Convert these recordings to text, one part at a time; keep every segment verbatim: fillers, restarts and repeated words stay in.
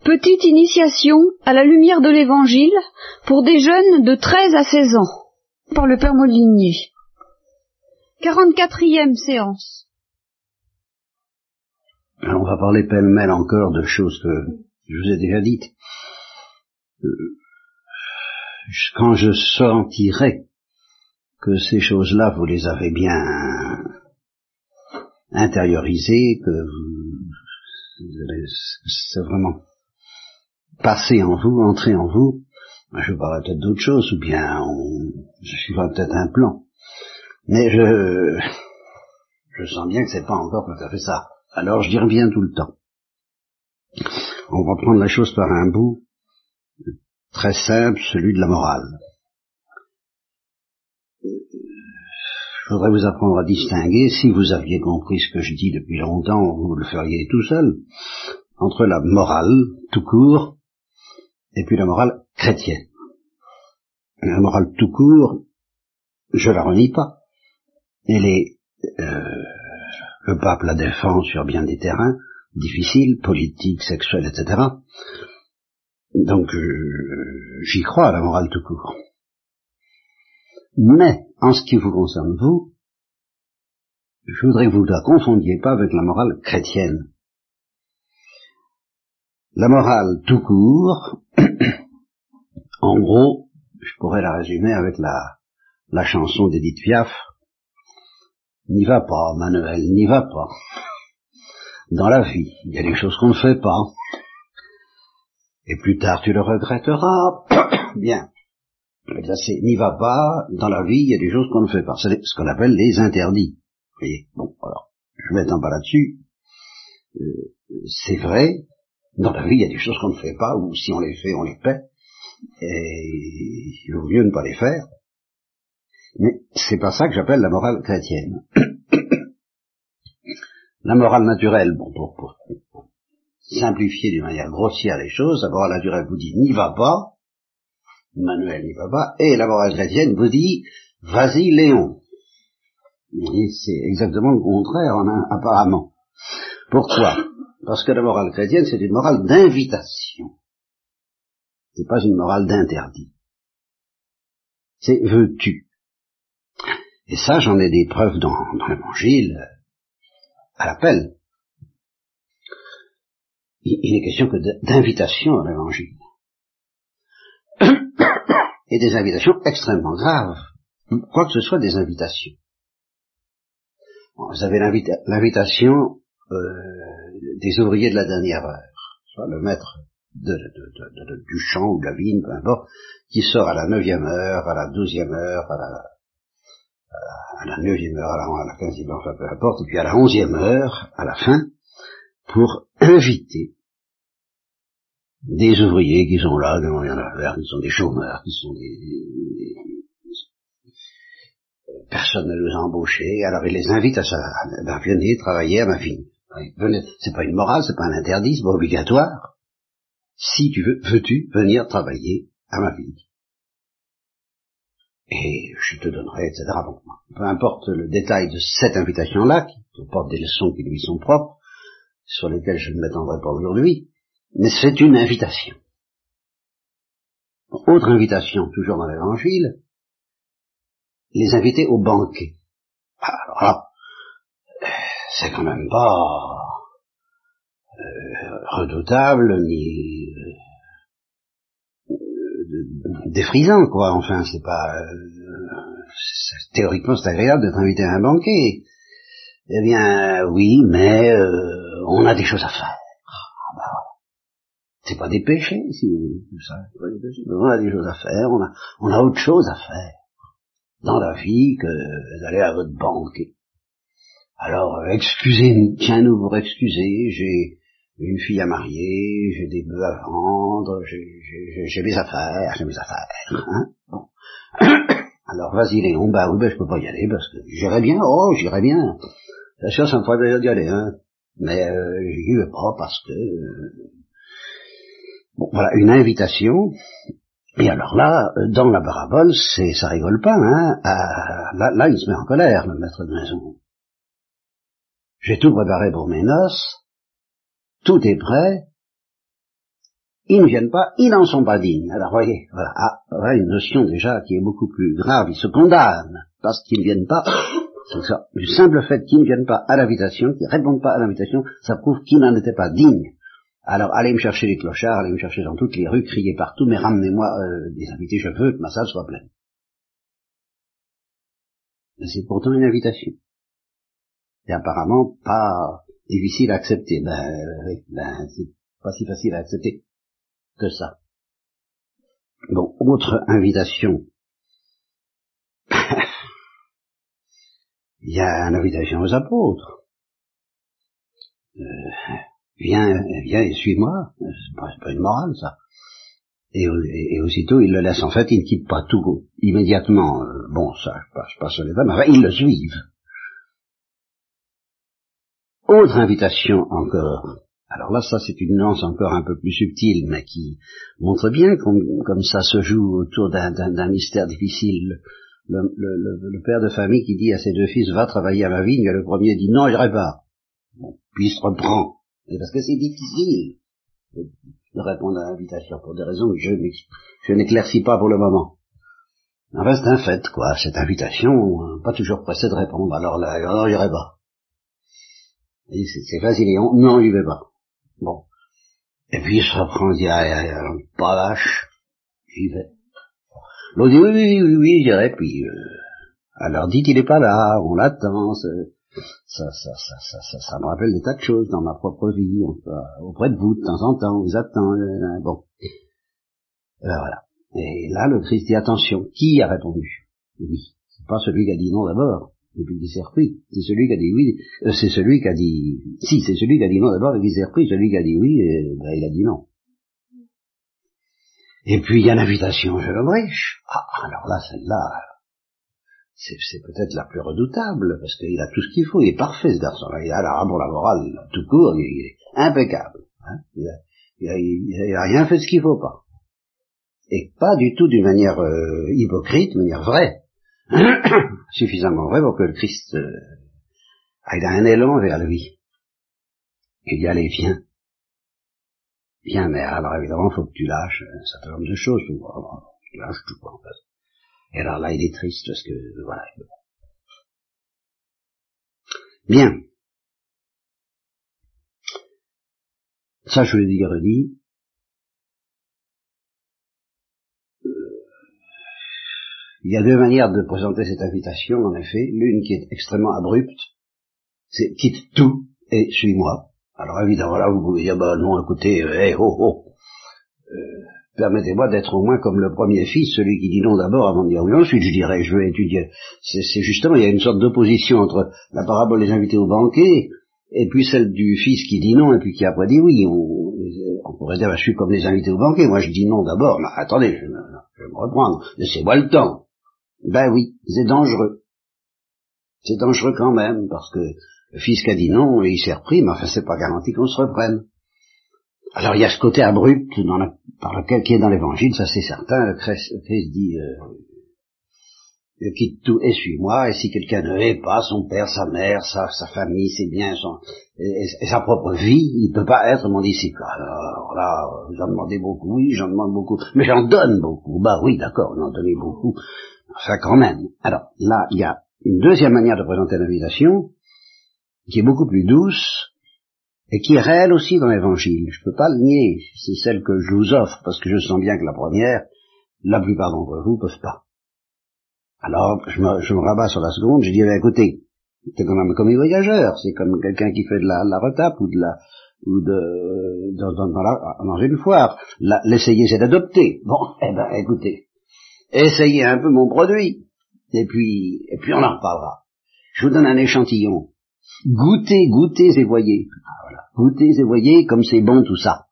Petite initiation à la lumière de l'Évangile pour des jeunes de treize à seize ans, par le Père Molinier. quarante-quatrième séance. Alors on va parler pêle-mêle encore de choses que je vous ai déjà dites. Euh, quand je sentirai que ces choses-là, vous les avez bien intériorisées, que vous, c'est vraiment passé en vous, entré en vous, je parlerai peut-être d'autres choses, ou bien on, je suivrai peut-être un plan. Mais je, je sens bien que c'est pas encore tout à fait ça. Alors je dis reviens tout le temps. On va prendre la chose par un bout très simple, celui de la morale. Je voudrais vous apprendre à distinguer, si vous aviez compris ce que je dis depuis longtemps, vous le feriez tout seul, entre la morale, tout court, et puis la morale chrétienne. La morale tout court, je la renie pas. Elle est, euh, le pape la défend sur bien des terrains difficiles, politiques, sexuels, et cetera. Donc, euh, j'y crois à la morale tout court. Mais, en ce qui vous concerne vous, je voudrais que vous ne la confondiez pas avec la morale chrétienne. La morale tout court, en gros, je pourrais la résumer avec la, la chanson d'Édith Piaf. N'y va pas, Manuel, n'y va pas. Dans la vie, il y a des choses qu'on ne fait pas. Et plus tard, tu le regretteras. Bien. C'est, n'y va pas, dans la vie, il y a des choses qu'on ne fait pas. C'est ce qu'on appelle les interdits. Vous voyez, bon, alors, je ne m'étends pas là-dessus. Euh, c'est vrai, dans la vie, il y a des choses qu'on ne fait pas, ou si on les fait, on les paie. Et il vaut mieux ne pas les faire. Mais c'est pas ça que j'appelle la morale chrétienne. La morale naturelle, bon, pour, pour, pour simplifier d'une manière grossière les choses, la morale naturelle vous dit n'y va pas, Manuel n'y va pas, et la morale chrétienne vous dit vas-y Léon. Et c'est exactement le contraire, en un, apparemment. Pourquoi? Parce que la morale chrétienne, c'est une morale d'invitation. C'est pas une morale d'interdit. C'est veux-tu. Et ça, j'en ai des preuves dans, dans l'Évangile, à l'appel. Il, il n'est question que d'invitation dans l'Évangile. Et des invitations extrêmement graves. Quoi que ce soit des invitations. Bon, vous avez l'invita- l'invitation euh, des ouvriers de la dernière heure. Soit le maître de, de, de, de, de, du champ ou de la vigne, peu importe, qui sort à la neuvième heure, à la douzième heure, à la à la neuvième heure, à la, à la quinzième heure, enfin peu importe, et puis à la onzième heure, à la fin, pour inviter des ouvriers qui sont là, qui n'ont rien à faire, qui sont des chômeurs, qui sont des, des, des personnes à les embaucher, alors il les invite à ça, ben, venez travailler à ma vigne. Venez, c'est pas une morale, c'est pas un interdit, c'est pas obligatoire. Si tu veux, veux-tu venir travailler à ma vigne? Et je te donnerai, et cetera. Bon, peu importe le détail de cette invitation-là, qui comporte des leçons qui lui sont propres, sur lesquelles je ne m'étendrai pas aujourd'hui, mais c'est une invitation. Autre invitation, toujours dans l'Évangile, les inviter au banquet. Alors là, c'est quand même pas euh, redoutable, ni euh, défrisant, quoi. Enfin, c'est pas... Euh, c'est, théoriquement, c'est agréable d'être invité à un banquet. Eh bien, oui, mais euh, on a des choses à faire. Ah, bah, c'est pas des péchés, si vous voulez, tout ça. C'est pas des péchés. Mais on a des choses à faire, on a, on a autre chose à faire dans la vie que d'aller à votre banquet. Alors, euh, excusez-nous, tiens-nous pour excuser, j'ai une fille à marier, j'ai des bœufs à vendre, j'ai, j'ai, j'ai mes affaires, j'ai mes affaires, hein. Bon. Alors, vas-y Léon, bah oui, ben je peux pas y aller parce que j'irai bien, oh, j'irai bien. Bien sûr, ça me ferait plaisir d'y aller, hein. Mais euh, j'y vais pas parce que... Euh... Bon, voilà, une invitation. Et alors là, dans la parabole, c'est, ça rigole pas, hein. À, là, là, il se met en colère, le maître de maison. J'ai tout préparé pour mes noces, tout est prêt, ils ne viennent pas, ils n'en sont pas dignes. Alors voyez, voilà, ah, voilà une notion déjà qui est beaucoup plus grave, ils se condamnent parce qu'ils ne viennent pas. C'est ça. Le simple fait qu'ils ne viennent pas à l'invitation, qu'ils ne répondent pas à l'invitation, ça prouve qu'ils n'en étaient pas dignes. Alors allez me chercher les clochards, allez me chercher dans toutes les rues, criez partout, mais ramenez-moi euh, des invités, je veux que ma salle soit pleine. Mais c'est pourtant une invitation. Et apparemment pas difficile à accepter. Ben, euh, ben c'est pas si facile à accepter que ça. Bon, autre invitation. Il y a une invitation aux apôtres. Euh, viens, viens et suis-moi. C'est pas, c'est pas une morale, ça. Et, et, et aussitôt, ils le laissent. En fait, ils ne quittent pas tout immédiatement. Euh, bon, ça, je passe pas sur les dames, mais enfin, ils le suivent. Autre invitation encore. Alors là, ça, c'est une nuance encore un peu plus subtile, mais qui montre bien comme, comme ça se joue autour d'un, d'un, d'un mystère difficile. Le, le, le, le père de famille qui dit à ses deux fils, va travailler à ma vigne, et le premier dit, non, j'irai pas. Bon, puis il se reprend. Et parce que c'est difficile de répondre à l'invitation pour des raisons que je, je n'éclaircis pas pour le moment. Enfin, c'est un fait, quoi. Cette invitation, pas toujours pressé de répondre. Alors là, non, j'irai pas. Et c'est, c'est facile, et on, non, j'y vais pas. Bon. Et puis il se reprend, il dit, ah, ah, ah, pas lâche, j'y vais. L'autre dit, oui, oui, oui, oui, j'irai, puis, euh, alors dites, il est pas là, on l'attend, ça, ça, ça, ça, ça, ça, ça me rappelle des tas de choses dans ma propre vie, enfin, auprès de vous, de temps en temps, on vous attend, euh, bon. Et ben voilà. Et là, le Christ dit, attention, qui a répondu? Oui. C'est pas celui qui a dit non d'abord, et puis qui s'est repris. C'est celui qui a dit oui, euh, c'est celui qui a dit, si, c'est celui qui a dit non d'abord et qui s'est repris, celui qui a dit oui, et, ben, il a dit non. Et puis il y a l'invitation chez l'homme riche. Ah, alors là, celle-là, c'est, c'est peut-être la plus redoutable, parce qu'il a tout ce qu'il faut, il est parfait ce garçon-là. Il a la, pour la morale, tout court, il, il est impeccable. Hein. Il, a, il, a, il a rien fait ce qu'il faut pas. Et pas du tout d'une manière euh, hypocrite, d'une manière vraie. Suffisamment vrai pour que le Christ euh, ait un élan vers lui. Il dit, allez, viens. Viens, mais alors évidemment, il faut que tu lâches un certain nombre de choses. Tu lâches tout, quoi, en fait. Et alors là, il est triste parce que, voilà. Bien. Ça, je le dis et redis. Il y a deux manières de présenter cette invitation, en effet. L'une qui est extrêmement abrupte, c'est quitte tout et suis-moi. Alors évidemment, là, vous pouvez dire, bah non, écoutez, euh, hey, oh, oh, euh, permettez-moi d'être au moins comme le premier fils, celui qui dit non d'abord avant de dire oui ensuite, je dirais, je veux étudier. C'est, c'est justement, il y a une sorte d'opposition entre la parabole des invités au banquet et puis celle du fils qui dit non et puis qui après dit oui. On, on pourrait dire, bah, je suis comme les invités au banquet, moi je dis non d'abord, mais attendez, je, je vais me reprendre, laissez-moi le temps. Ben oui, c'est dangereux. C'est dangereux quand même, parce que le fils qui a dit non, il s'est repris, mais enfin c'est pas garanti qu'on se reprenne. Alors il y a ce côté abrupt dans la, par lequel qui est dans l'évangile, ça c'est certain. Le Christ, le Christ dit euh, quitte tout et suis-moi, et si quelqu'un ne hait pas son père, sa mère, sa, sa famille, ses biens, son, et, et sa propre vie, il ne peut pas être mon disciple. Alors là, vous en demandez beaucoup, oui, j'en demande beaucoup, mais j'en donne beaucoup. Bah oui, d'accord, vous en donnez beaucoup, enfin quand même. Alors là, il y a une deuxième manière de présenter l'invitation, qui est beaucoup plus douce, et qui est réelle aussi dans l'évangile. Je ne peux pas le nier, c'est celle que je vous offre, parce que je sens bien que la première, la plupart d'entre vous ne peuvent pas. Alors, je me, je me rabats sur la seconde, je dis, eh bien, écoutez, c'est quand même comme un voyageur, c'est comme quelqu'un qui fait de la, la retape, ou de la, ou de, dans, dans, dans, la, dans une foire. La, l'essayer, c'est d'adopter. Bon, eh ben, écoutez, essayez un peu mon produit, et puis, et puis on en reparlera. Je vous donne un échantillon. Goûtez, goûtez et voyez. Voilà. Goûtez et voyez comme c'est bon tout ça.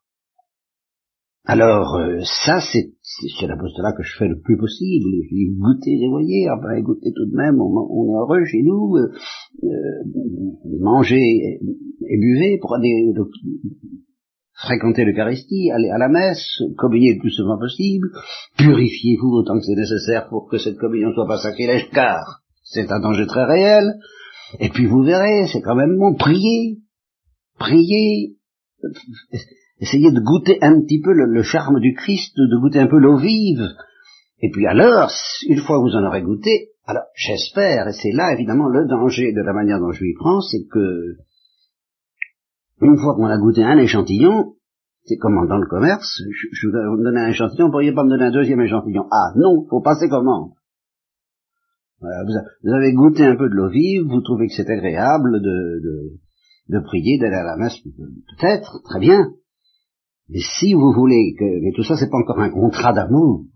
Alors, euh, ça, c'est, c'est, c'est la poste là que je fais le plus possible. Je dis, goûtez et voyez, enfin, goûtez tout de même, on, on est heureux chez nous, euh, euh, mangez et, et buvez, prenez, donc, fréquentez l'Eucharistie, allez à la messe, communiez le plus souvent possible, purifiez-vous autant que c'est nécessaire pour que cette communion ne soit pas sacrilège, car c'est un danger très réel. Et puis vous verrez, c'est quand même bon, priez, priez. essayer de goûter un petit peu le, le charme du Christ, de goûter un peu l'eau vive. Et puis alors, une fois que vous en aurez goûté, alors j'espère, et c'est là évidemment le danger de la manière dont je lui prends, c'est que une fois qu'on a goûté un échantillon, c'est comme dans le commerce, je, je vous donner un échantillon, vous pourriez pas me donner un deuxième échantillon. Ah non, faut passer commande. Voilà, vous, a, vous avez goûté un peu de l'eau vive, vous trouvez que c'est agréable de, de, de prier, d'aller à la messe, peut-être, très bien. Mais si vous voulez que, mais tout ça c'est pas encore un contrat d'amour.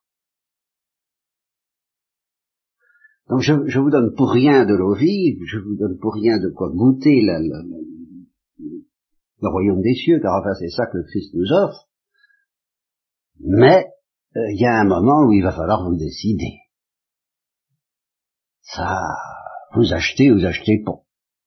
Donc je, je vous donne pour rien de l'eau vive, je vous donne pour rien de quoi goûter la, la, la, le royaume des cieux, car enfin c'est ça que le Christ nous offre. Mais il euh, y a un moment où il va falloir vous décider. Ça, vous achetez ou vous achetez pas.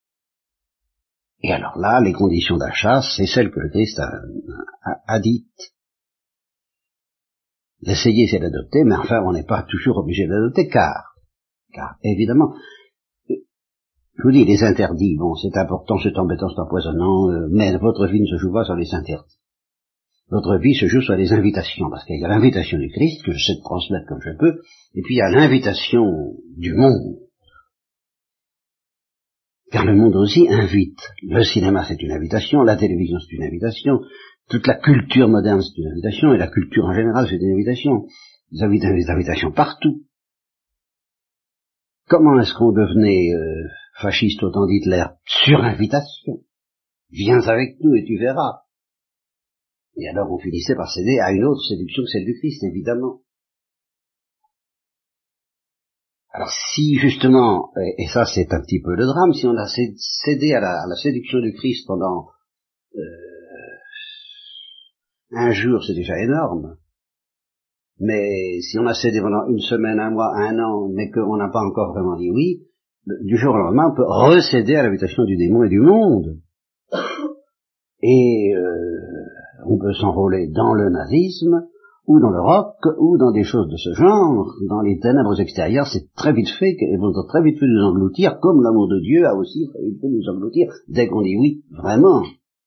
Et alors là, les conditions d'achat, c'est celles que le Christ a, a, a dites. L'essayer, c'est d'adopter, mais enfin, on n'est pas toujours obligé d'adopter, car, car, évidemment, je vous dis, les interdits, bon, c'est important, c'est embêtant, c'est empoisonnant, euh, mais votre vie ne se joue pas sur les interdits. Votre vie se joue sur les invitations, parce qu'il y a l'invitation du Christ, que je sais transmettre comme je peux, et puis il y a l'invitation du monde. Car le monde aussi invite. Le cinéma, c'est une invitation, la télévision, c'est une invitation, toute la culture moderne, c'est une invitation, et la culture en général, c'est une invitation. Vous avez des invitations partout. Comment est-ce qu'on devenait euh, fasciste au temps d'Hitler? Sur invitation. Viens avec nous et tu verras. Et alors on finissait par céder à une autre séduction que celle du Christ, évidemment. Alors si justement, et ça c'est un petit peu le drame, si on a cédé à la, à la séduction du Christ pendant euh, un jour, c'est déjà énorme. Mais si on a cédé pendant une semaine, un mois, un an, mais qu'on n'a pas encore vraiment dit oui, du jour au lendemain on peut recéder à l'invitation du démon et du monde. Et euh, on peut s'enrôler dans le nazisme, ou dans le rock, ou dans des choses de ce genre, dans les ténèbres extérieures, c'est très vite fait, et vont très vite fait nous engloutir, comme l'amour de Dieu a aussi très vite fait nous engloutir, dès qu'on dit oui, vraiment.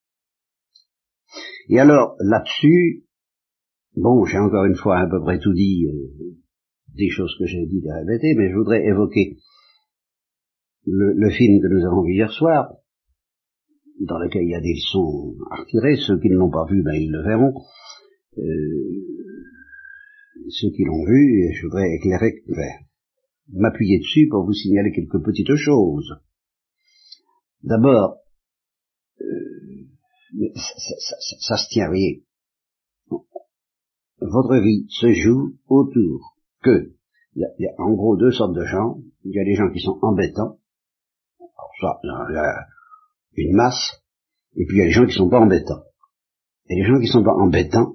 Et alors, là-dessus, bon, j'ai encore une fois à peu près tout dit, euh, des choses que j'ai dit et répétées, mais je voudrais évoquer le, le film que nous avons vu hier soir, dans lequel il y a des leçons à retirer. Ceux qui ne l'ont pas vu, ben ils le verront. Euh, ceux qui l'ont vu, et je voudrais éclairer, ben, m'appuyer dessus pour vous signaler quelques petites choses. D'abord, euh, ça, ça, ça, ça se tient, voyez. Votre vie se joue autour que, il y, a, il y a en gros deux sortes de gens. Il y a des gens qui sont embêtants, alors ça, il y a une masse, et puis il y a des gens qui sont pas embêtants. Et les gens qui sont pas embêtants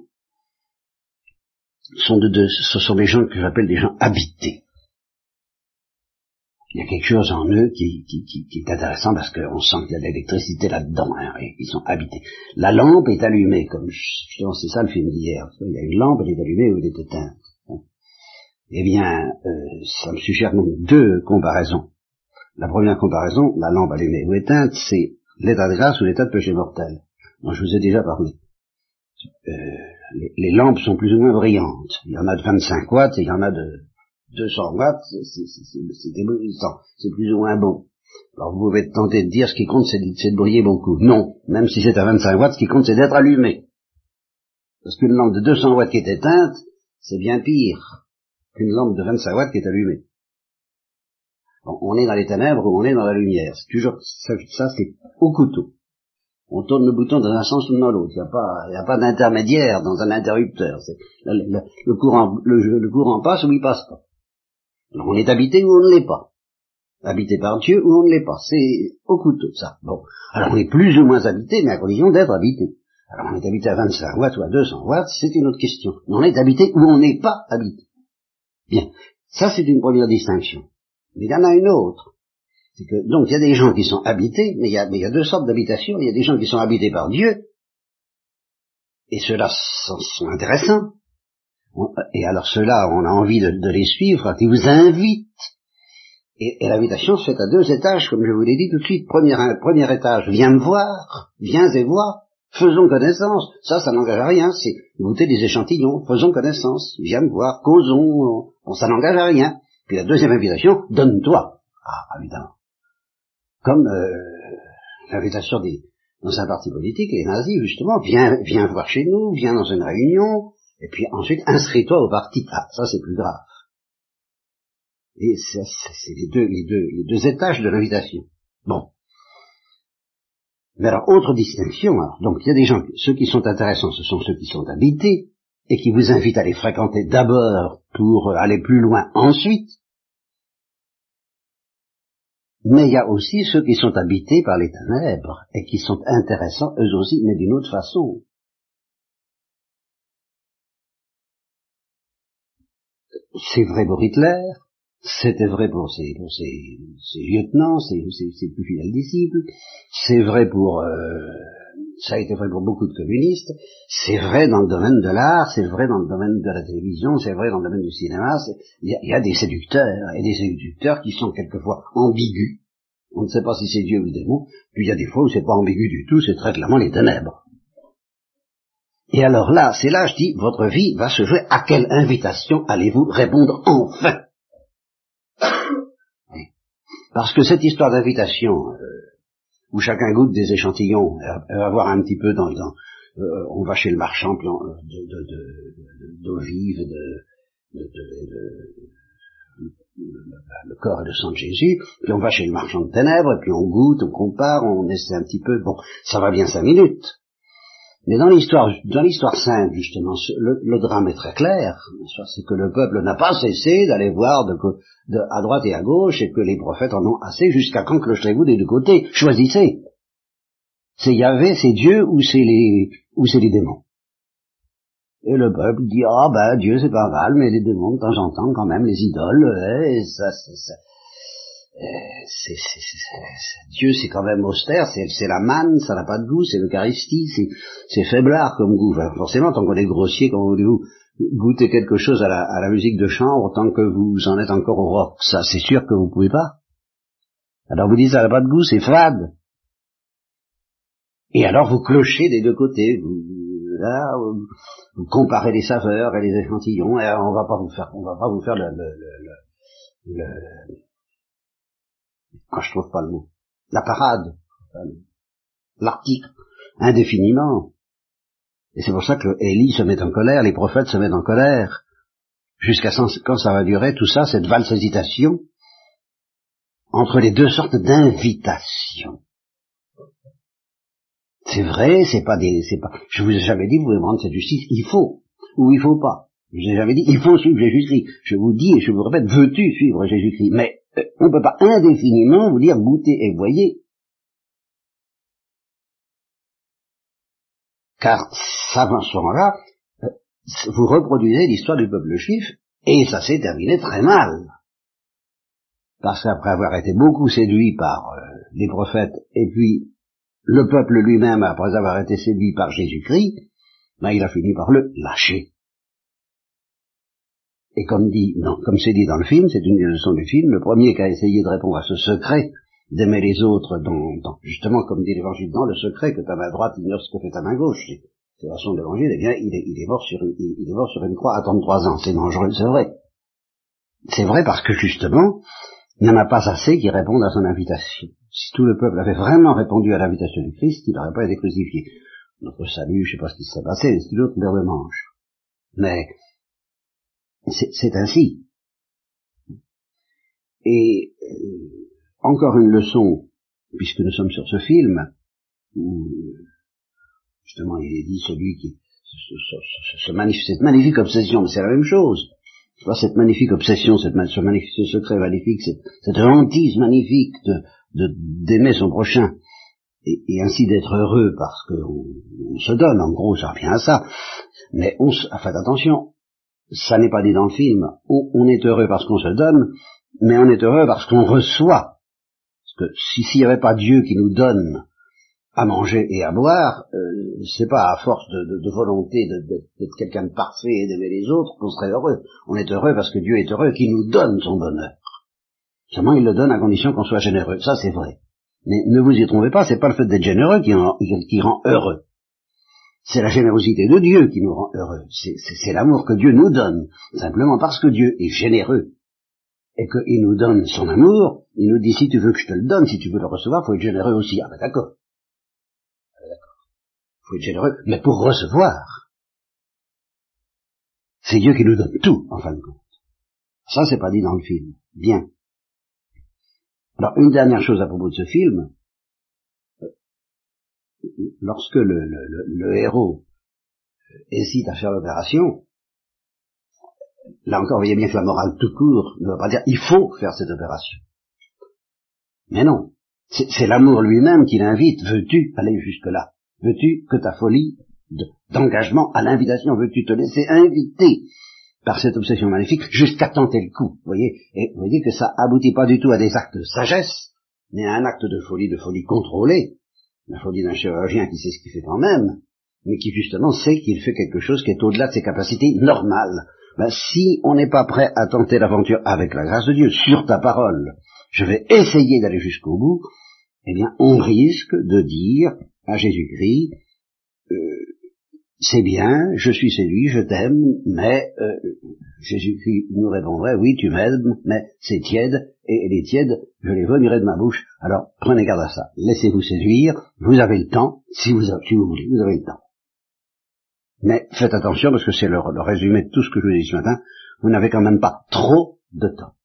sont de, de ce sont des gens que j'appelle des gens habités. Il y a quelque chose en eux qui, qui, qui, qui est intéressant parce qu'on sent qu'il y a de l'électricité là-dedans, hein, et ils sont habités. La lampe est allumée, comme justement c'est ça le film d'hier. Il y a une lampe, elle est allumée ou elle est éteinte. Hein. Eh bien, euh, ça me suggère donc deux comparaisons. La première comparaison, la lampe allumée ou éteinte, c'est l'état de grâce ou l'état de péché mortel, dont je vous ai déjà parlé. Euh, les, les lampes sont plus ou moins brillantes. Il y en a de vingt-cinq watts et il y en a de deux cents watts, c'est éblouissant, c'est plus ou moins bon. Alors vous pouvez être tenté de dire ce qui compte c'est de, de briller beaucoup. Non, même si c'est à vingt-cinq watts, ce qui compte c'est d'être allumé. Parce qu'une lampe de deux cents watts qui est éteinte, c'est bien pire qu'une lampe de vingt-cinq watts qui est allumée. Bon, on est dans les ténèbres ou on est dans la lumière. C'est toujours ça, ça c'est au couteau. On tourne le bouton dans un sens ou dans l'autre. Il n'y a pas, il n'y a pas d'intermédiaire dans un interrupteur. C'est, le, le, le courant, le, le courant passe ou il passe pas. Alors on est habité ou on ne l'est pas. Habité par Dieu ou on ne l'est pas. C'est au couteau, ça. Bon. Alors on est plus ou moins habité, mais à condition d'être habité. Alors on est habité à vingt-cinq watts ou à deux cents watts, c'est une autre question. Mais on est habité ou on n'est pas habité. Bien. Ça c'est une première distinction. Mais il y en a une autre. C'est que, donc il y a des gens qui sont habités, mais il y a, mais il y a deux sortes d'habitations. Il y a des gens qui sont habités par Dieu, et ceux-là sont, sont intéressants. Et alors ceux-là, on a envie de, de les suivre quand ils vous invitent. Et, et l'invitation se fait à deux étages, comme je vous l'ai dit tout de suite. Premier, premier étage, viens me voir, viens et vois. Faisons connaissance. Ça, ça n'engage à rien. C'est goûter des échantillons. Faisons connaissance. Viens me voir. Causons. Bon, ça n'engage à rien. Puis la deuxième invitation, donne-toi. Ah, évidemment. Comme euh, l'invitation des, dans un parti politique, les nazis, justement, viens, viens voir chez nous, viens dans une réunion, et puis ensuite, inscris-toi au parti. Ah, ça, c'est plus grave. Et c'est, c'est les, deux, les, deux, les deux étages de l'invitation. Bon. Mais alors, autre distinction, alors, donc il y a des gens, ceux qui sont intéressants, ce sont ceux qui sont habités, et qui vous invitent à les fréquenter d'abord pour aller plus loin ensuite. Mais il y a aussi ceux qui sont habités par les ténèbres, et qui sont intéressants eux aussi, mais d'une autre façon. C'est vrai pour Hitler, c'était vrai pour ses, pour ses, ses lieutenants, ses, ses, ses plus fidèles disciples, c'est vrai pour, euh, ça a été vrai pour beaucoup de communistes, c'est vrai dans le domaine de l'art, c'est vrai dans le domaine de la télévision, c'est vrai dans le domaine du cinéma, il y, y a des séducteurs, et des séducteurs qui sont quelquefois ambigus, on ne sait pas si c'est Dieu ou le démon, puis il y a des fois où c'est pas ambigu du tout, c'est très clairement les ténèbres. Et alors là, c'est là, je dis, votre vie va se jouer, à quelle invitation allez-vous répondre enfin? Parce que cette histoire d'invitation, euh, où chacun goûte des échantillons, elle va voir un petit peu dans le temps, euh, on va chez le marchand puis on, de, de, de, d'eau vive, de, de, de, de, de le corps et le sang de Jésus, puis on va chez le marchand de ténèbres, et puis on goûte, on compare, on essaie un petit peu, bon, ça va bien cinq minutes. Mais dans l'histoire, dans l'histoire sainte, justement, le, le drame est très clair, c'est que le peuple n'a pas cessé d'aller voir de, de, à droite et à gauche, et que les prophètes en ont assez, jusqu'à quand clocherez-vous des deux côtés? Choisissez. C'est Yahvé, c'est Dieu, ou c'est les, ou c'est les démons. Et le peuple dit, ah ben, Dieu c'est pas mal, mais les démons, de temps en temps, quand même, les idoles, et ça, c'est ça. C'est, c'est, c'est, c'est, Dieu c'est quand même austère, c'est, c'est la manne, ça n'a pas de goût, c'est l'Eucharistie, c'est, c'est faiblard comme goût. Enfin, forcément, tant qu'on est grossier, comment voulez-vous goûter quelque chose à la, à la musique de chambre, tant que vous en êtes encore au rock, ça c'est sûr que vous pouvez pas. Alors vous dites ça n'a pas de goût, c'est fade. Et alors vous clochez des deux côtés, vous, là, vous, vous comparez les saveurs et les échantillons, et on va pas vous faire, on va pas vous faire le, le, le, le, le ah, je trouve pas le mot, la parade, l'article, indéfiniment. Et c'est pour ça que Élie se met en colère, les prophètes se mettent en colère, jusqu'à quand ça va durer, tout ça, cette valse hésitation, entre les deux sortes d'invitations. C'est vrai, c'est pas des, c'est pas, je vous ai jamais dit, vous pouvez me rendre cette justice, il faut, ou il faut pas. Je vous ai jamais dit, il faut suivre Jésus-Christ. Je vous dis, et je vous répète, veux-tu suivre Jésus-Christ? Mais, on ne peut pas indéfiniment vous dire goûtez et voyez. Car ça, à ce moment-là, vous reproduisez l'histoire du peuple juif, et ça s'est terminé très mal. Parce qu'après avoir été beaucoup séduit par euh, les prophètes, et puis le peuple lui-même, après avoir été séduit par Jésus-Christ, ben, il a fini par le lâcher. Et comme dit, non, comme c'est dit dans le film, c'est une des leçons du film, le premier qui a essayé de répondre à ce secret d'aimer les autres, dans, dans, justement, comme dit l'évangile, dans le secret que ta main droite ignore ce que fait ta main gauche, c'est la leçon de l'évangile, eh bien, il est, il est mort sur une, il, il est mort sur une croix à trente-trois ans, c'est dangereux, c'est vrai. C'est vrai parce que, justement, il n'y en a pas assez qui répondent à son invitation. Si tout le peuple avait vraiment répondu à l'invitation du Christ, il n'aurait pas été crucifié. Notre salut, je ne sais pas ce qui se serait passé, c'est une autre paire de manches. Mais, c'est, c'est ainsi. Et euh, encore une leçon, puisque nous sommes sur ce film, où justement il est dit celui qui ce, ce, ce, ce magnifique, cette magnifique obsession, mais c'est la même chose. Cette magnifique obsession, cette, ce magnifique ce secret magnifique, cette, cette hantise magnifique de, de d'aimer son prochain et, et ainsi d'être heureux parce qu'on on se donne, en gros, ça revient à ça. Mais on se, faites attention. Ça n'est pas dit dans le film, on, on est heureux parce qu'on se donne, mais on est heureux parce qu'on reçoit. Parce que si s'il n'y avait pas Dieu qui nous donne à manger et à boire, euh, c'est pas à force de, de, de volonté de, de, d'être quelqu'un de parfait et d'aimer les autres qu'on serait heureux. On est heureux parce que Dieu est heureux, qui nous donne son bonheur. Seulement il le donne à condition qu'on soit généreux, ça c'est vrai. Mais ne vous y trompez pas, c'est pas le fait d'être généreux qui, en, qui rend heureux. C'est la générosité de Dieu qui nous rend heureux. C'est, c'est, c'est l'amour que Dieu nous donne. Simplement parce que Dieu est généreux et qu'il nous donne son amour, il nous dit si tu veux que je te le donne, si tu veux le recevoir, il faut être généreux aussi. Ah ben d'accord. Ah ben d'accord. Il faut être généreux, mais pour recevoir. C'est Dieu qui nous donne tout, en fin de compte. Ça, c'est pas dit dans le film. Bien. Alors, une dernière chose à propos de ce film. Lorsque le, le, le, le héros hésite à faire l'opération, là encore, vous voyez bien que la morale tout court ne va pas dire il faut faire cette opération. Mais non, c'est, c'est l'amour lui-même qui l'invite. Veux-tu aller jusque-là? Veux-tu que ta folie de, d'engagement à l'invitation, veux-tu te laisser inviter par cette obsession maléfique jusqu'à tenter le coup? Vous voyez, et vous voyez que ça aboutit pas du tout à des actes de sagesse, mais à un acte de folie, de folie contrôlée. La folie d'un chirurgien qui sait ce qu'il fait quand même, mais qui justement sait qu'il fait quelque chose qui est au-delà de ses capacités normales. Ben, si on n'est pas prêt à tenter l'aventure avec la grâce de Dieu, sur ta parole, je vais essayer d'aller jusqu'au bout, eh bien, on risque de dire à Jésus-Christ, euh, c'est bien, je suis séduit, je t'aime, mais euh, Jésus-Christ nous répondrait, oui, tu m'aimes, mais c'est tiède, et les tièdes, je les vomirai de ma bouche. Alors, prenez garde à ça. Laissez-vous séduire, vous avez le temps, si vous, si vous voulez, vous avez le temps. Mais faites attention, parce que c'est le, le résumé de tout ce que je vous ai dit ce matin, vous n'avez quand même pas trop de temps.